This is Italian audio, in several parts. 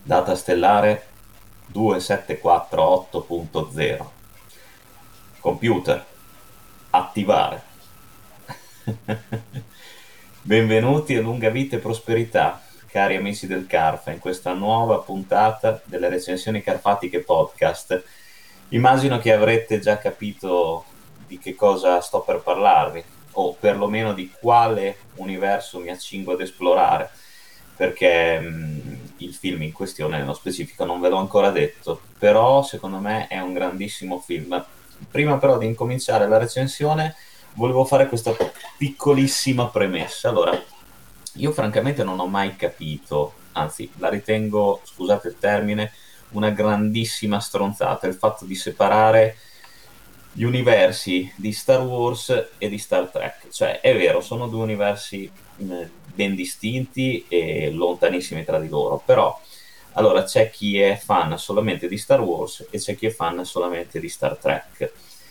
Data stellare 2748.0. Computer, attivare. Benvenuti a Lunga Vita e Prosperità, cari amici del Carfa, in questa nuova puntata delle recensioni carpatiche podcast. Immagino che avrete già capito di che cosa sto per parlarvi, o perlomeno di quale universo mi accingo ad esplorare, perché il film in questione, nello specifico, non ve l'ho ancora detto, però secondo me è un grandissimo film. Prima però di incominciare la recensione, volevo fare questa piccolissima premessa. Allora, io francamente non ho mai capito, anzi, la ritengo, scusate il termine, una grandissima stronzata il fatto di separare gli universi di Star Wars e di Star Trek. Cioè, è vero, sono due universi ben distinti e lontanissimi tra di loro, però allora c'è chi è fan solamente di Star Wars e c'è chi è fan solamente di Star Trek.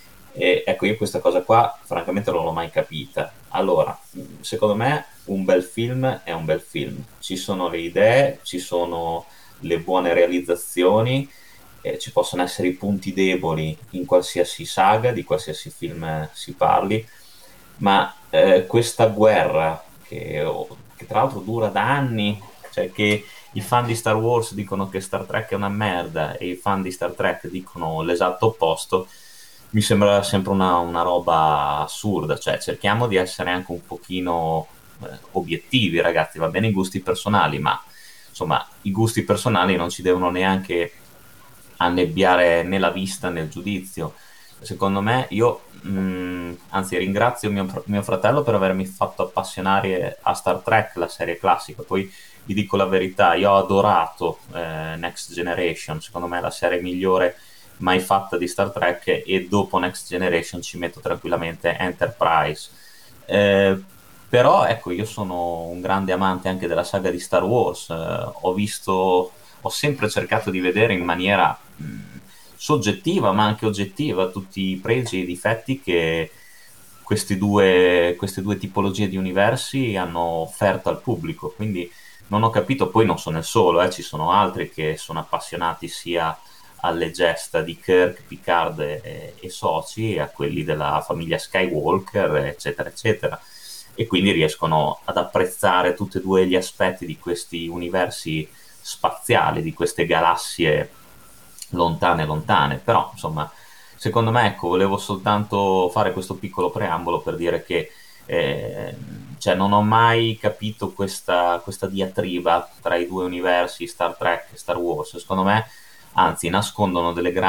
E ecco, io questa cosa qua francamente non l'ho mai capita. Allora, secondo me un bel film è un bel film. Ci sono le idee, ci sono le buone realizzazioni, ci possono essere i punti deboli in qualsiasi saga, di qualsiasi film si parli, ma questa guerra che tra l'altro dura da anni, cioè che i fan di Star Wars dicono che Star Trek è una merda e i fan di Star Trek dicono l'esatto opposto, mi sembra sempre una roba assurda. Cioè cerchiamo di essere anche un pochino obiettivi, ragazzi. Va bene i gusti personali, ma insomma i gusti personali non ci devono neanche annebbiare né la vista né il giudizio. Secondo me, io anzi ringrazio mio fratello per avermi fatto appassionare a Star Trek, la serie classica. Poi vi dico la verità, io ho adorato Next Generation, secondo me è la serie migliore mai fatta di Star Trek, e dopo Next Generation ci metto tranquillamente Enterprise. Eh, Però ecco, io sono un grande amante anche della saga di Star Wars. Ho sempre cercato di vedere in maniera soggettiva ma anche oggettiva tutti i pregi e i difetti che queste due tipologie di universi hanno offerto al pubblico. Quindi non ho capito, poi non sono il solo, ci sono altri che sono appassionati sia alle gesta di Kirk, Picard e soci, a quelli della famiglia Skywalker, eccetera, eccetera. E quindi riescono ad apprezzare tutti e due gli aspetti di questi universi spaziali, di queste galassie lontane, lontane. Però, insomma, secondo me, ecco, volevo soltanto fare questo piccolo preambolo per dire che eh, cioè, non ho mai capito questa diatriba tra i due universi, Star Trek e Star Wars. Secondo me, anzi, nascondono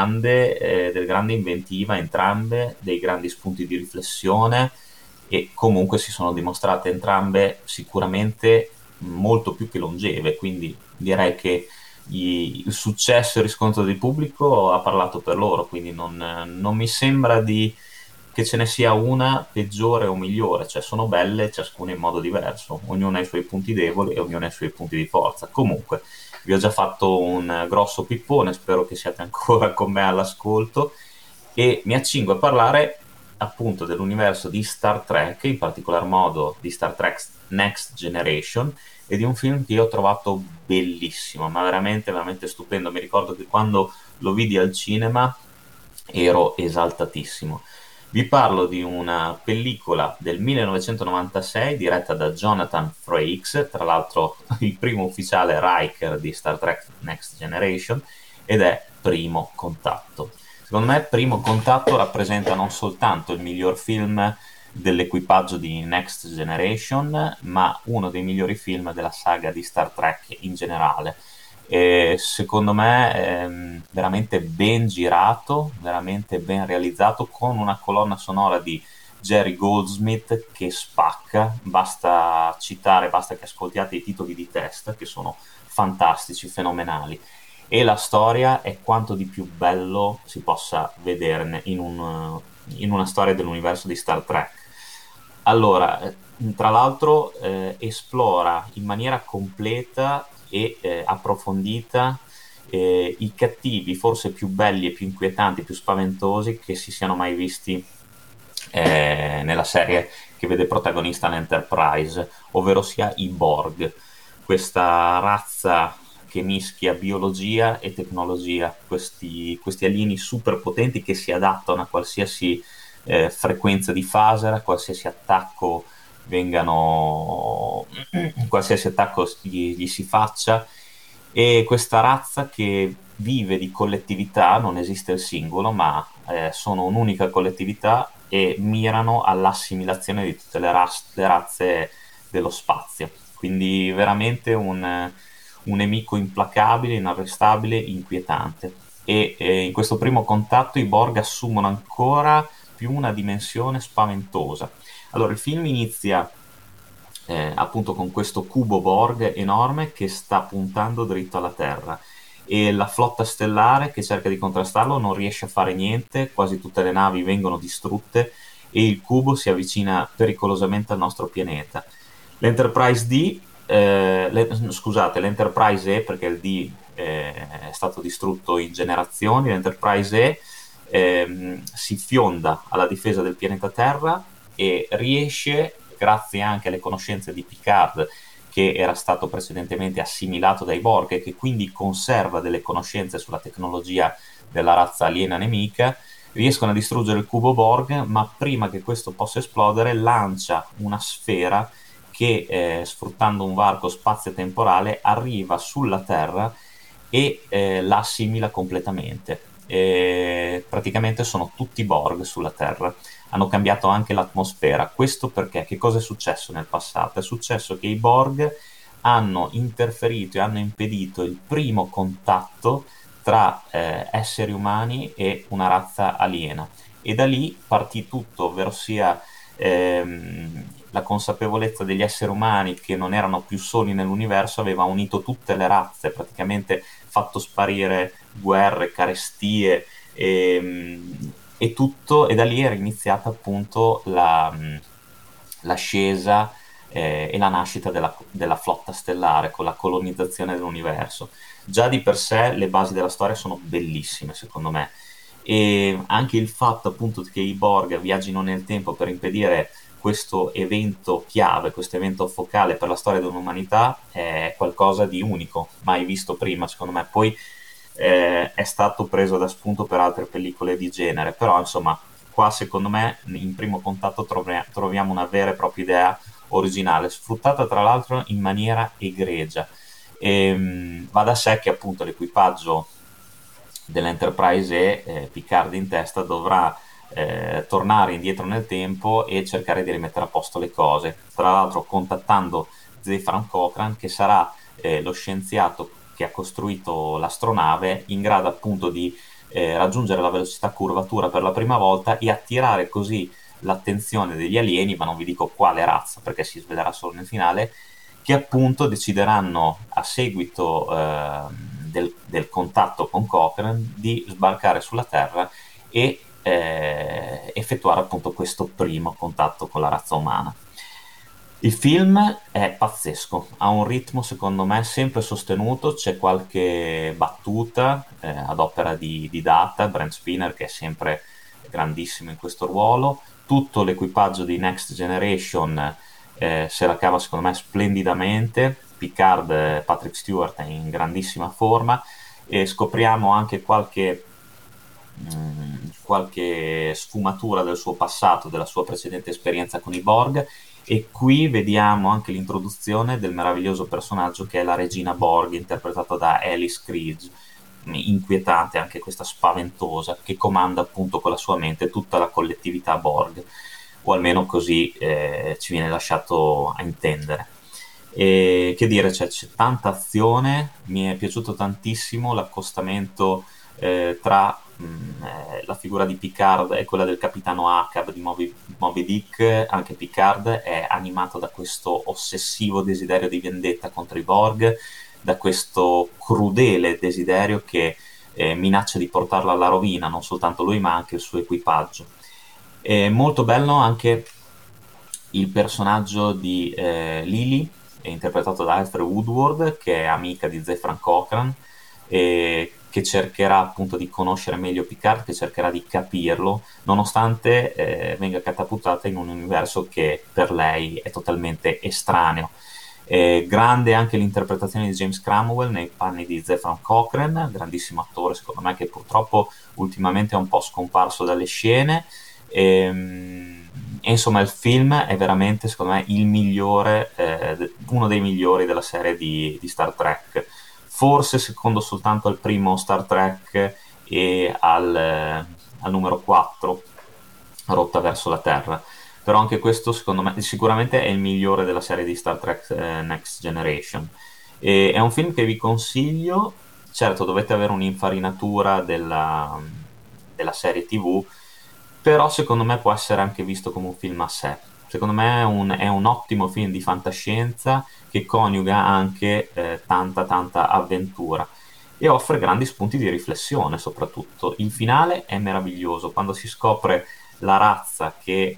delle grandi inventiva entrambe, dei grandi spunti di riflessione, e comunque si sono dimostrate entrambe sicuramente molto più che longeve. Quindi direi che il successo e il riscontro del pubblico ha parlato per loro, quindi non mi sembra che ce ne sia una peggiore o migliore. Cioè sono belle ciascuna in modo diverso, ognuno ha i suoi punti deboli e ognuno ha i suoi punti di forza. Comunque vi ho già fatto un grosso pippone, spero che siate ancora con me all'ascolto, e mi accingo a parlare appunto dell'universo di Star Trek, in particolar modo di Star Trek Next Generation, e di un film che io ho trovato bellissimo, ma veramente, veramente stupendo. Mi ricordo che quando lo vidi al cinema ero esaltatissimo. Vi parlo di una pellicola del 1996 diretta da Jonathan Frakes, tra l'altro il primo ufficiale Riker di Star Trek Next Generation, ed è Primo Contatto. Secondo me Primo Contatto rappresenta non soltanto il miglior film dell'equipaggio di Next Generation, ma uno dei migliori film della saga di Star Trek in generale. E secondo me veramente ben girato, veramente ben realizzato, con una colonna sonora di Jerry Goldsmith che spacca. Basta citare, basta che ascoltiate i titoli di testa, che sono fantastici, fenomenali, e la storia è quanto di più bello si possa vederne in una storia dell'universo di Star Trek. Allora, tra l'altro esplora in maniera completa e approfondita i cattivi forse più belli e più inquietanti, più spaventosi che si siano mai visti nella serie che vede protagonista l'Enterprise, ovvero sia i Borg, questa razza che mischia biologia e tecnologia, questi alieni super potenti che si adattano a qualsiasi frequenza di phaser, a qualsiasi attacco vengano, qualsiasi attacco gli si faccia, e questa razza che vive di collettività, non esiste il singolo, ma sono un'unica collettività e mirano all'assimilazione di tutte le razze dello spazio. Quindi veramente un nemico implacabile, inarrestabile, inquietante. E in questo primo contatto i Borg assumono ancora più una dimensione spaventosa. Allora, il film inizia appunto con questo cubo Borg enorme che sta puntando dritto alla Terra e la flotta stellare che cerca di contrastarlo non riesce a fare niente, quasi tutte le navi vengono distrutte e il cubo si avvicina pericolosamente al nostro pianeta. L'Enterprise D, scusate, l'Enterprise E, perché il D è stato distrutto in generazioni, l'Enterprise E si fionda alla difesa del pianeta Terra e riesce, grazie anche alle conoscenze di Picard, che era stato precedentemente assimilato dai Borg e che quindi conserva delle conoscenze sulla tecnologia della razza aliena nemica, riescono a distruggere il cubo Borg, ma prima che questo possa esplodere lancia una sfera che, sfruttando un varco spazio-temporale, arriva sulla Terra e la assimila completamente. Praticamente sono tutti Borg sulla Terra. Hanno cambiato anche l'atmosfera. Questo perché? Che cosa è successo nel passato? È successo che i Borg hanno interferito e hanno impedito il primo contatto tra esseri umani e una razza aliena. E da lì partì tutto, ovvero sia la consapevolezza degli esseri umani che non erano più soli nell'universo aveva unito tutte le razze, praticamente fatto sparire guerre, carestie e tutto, e da lì era iniziata appunto l'ascesa e la nascita della flotta stellare con la colonizzazione dell'universo. Già di per sé le basi della storia sono bellissime, secondo me, e anche il fatto appunto che i Borg viaggino nel tempo per impedire questo evento chiave, questo evento focale per la storia dell'umanità è qualcosa di unico, mai visto prima, secondo me. Poi è stato preso da spunto per altre pellicole di genere, però insomma, qua secondo me in primo contatto troviamo una vera e propria idea originale, sfruttata tra l'altro in maniera egregia. Va da sé che appunto l'equipaggio dell'Enterprise E, Picard in testa, dovrà tornare indietro nel tempo e cercare di rimettere a posto le cose, tra l'altro contattando Zefran Cochrane, che sarà lo scienziato che ha costruito l'astronave, in grado appunto di raggiungere la velocità curvatura per la prima volta e attirare così l'attenzione degli alieni, ma non vi dico quale razza perché si svelerà solo nel finale, che appunto decideranno a seguito del contatto con Cochrane di sbarcare sulla Terra e effettuare appunto questo primo contatto con la razza umana. Il film è pazzesco, ha un ritmo secondo me sempre sostenuto, c'è qualche battuta ad opera di Data, Brent Spinner, che è sempre grandissimo in questo ruolo, tutto l'equipaggio di Next Generation se la cava secondo me splendidamente, Picard, Patrick Stewart è in grandissima forma e scopriamo anche qualche sfumatura del suo passato, della sua precedente esperienza con i Borg, e qui vediamo anche l'introduzione del meraviglioso personaggio che è la regina Borg, interpretata da Alice Krige, inquietante, anche questa spaventosa, che comanda appunto con la sua mente tutta la collettività Borg, o almeno così ci viene lasciato a intendere. E che dire, c'è tanta azione, mi è piaciuto tantissimo l'accostamento tra la figura di Picard e quella del capitano Ahab di Moby Dick. Anche Picard è animato da questo ossessivo desiderio di vendetta contro i Borg, da questo crudele desiderio che minaccia di portarlo alla rovina, non soltanto lui ma anche il suo equipaggio. È molto bello anche il personaggio di Lily, interpretato da Alfred Woodward, che è amica di Zefran Cochrane, che cercherà appunto di conoscere meglio Picard, che cercherà di capirlo, nonostante venga catapultata in un universo che per lei è totalmente estraneo. Grande anche l'interpretazione di James Cromwell nei panni di Zefram Cochrane, grandissimo attore secondo me, che purtroppo ultimamente è un po' scomparso dalle scene. E insomma il film è veramente secondo me il migliore, uno dei migliori della serie di Star Trek, forse secondo soltanto al primo Star Trek e al numero 4, Rotta verso la Terra. Però anche questo secondo me sicuramente è il migliore della serie di Star Trek Next Generation. E è un film che vi consiglio. Certo, dovete avere un'infarinatura della serie TV, però secondo me può essere anche visto come un film a sé. Secondo me è un ottimo film di fantascienza che coniuga anche tanta tanta avventura e offre grandi spunti di riflessione soprattutto. Il finale è meraviglioso, quando si scopre la razza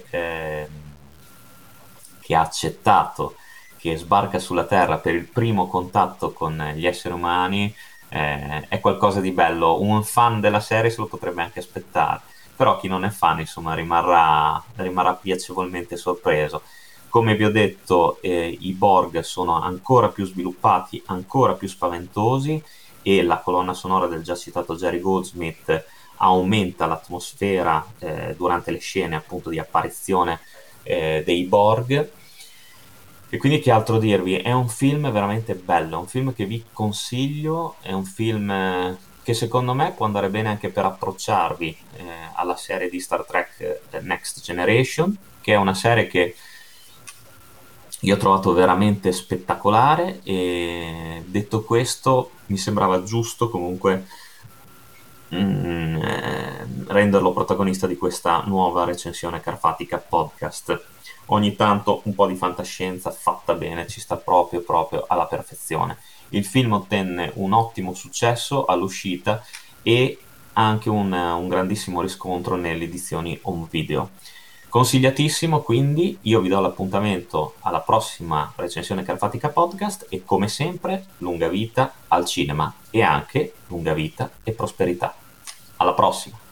che ha accettato, che sbarca sulla Terra per il primo contatto con gli esseri umani, è qualcosa di bello. Un fan della serie se lo potrebbe anche aspettare, però chi non è fan, insomma, rimarrà piacevolmente sorpreso. Come vi ho detto, i Borg sono ancora più sviluppati, ancora più spaventosi, e la colonna sonora del già citato Jerry Goldsmith aumenta l'atmosfera durante le scene appunto di apparizione dei Borg. E quindi che altro dirvi? È un film veramente bello, è un film che vi consiglio, è un film che secondo me può andare bene anche per approcciarvi alla serie di Star Trek Next Generation, che è una serie che io ho trovato veramente spettacolare, e detto questo mi sembrava giusto comunque renderlo protagonista di questa nuova recensione Carfatica Podcast. Ogni tanto un po' di fantascienza fatta bene ci sta proprio proprio alla perfezione. Il film ottenne un ottimo successo all'uscita e anche un grandissimo riscontro nelle edizioni home video. Consigliatissimo, quindi io vi do l'appuntamento alla prossima recensione Carfatica Podcast e come sempre lunga vita al cinema e anche lunga vita e prosperità. Alla prossima!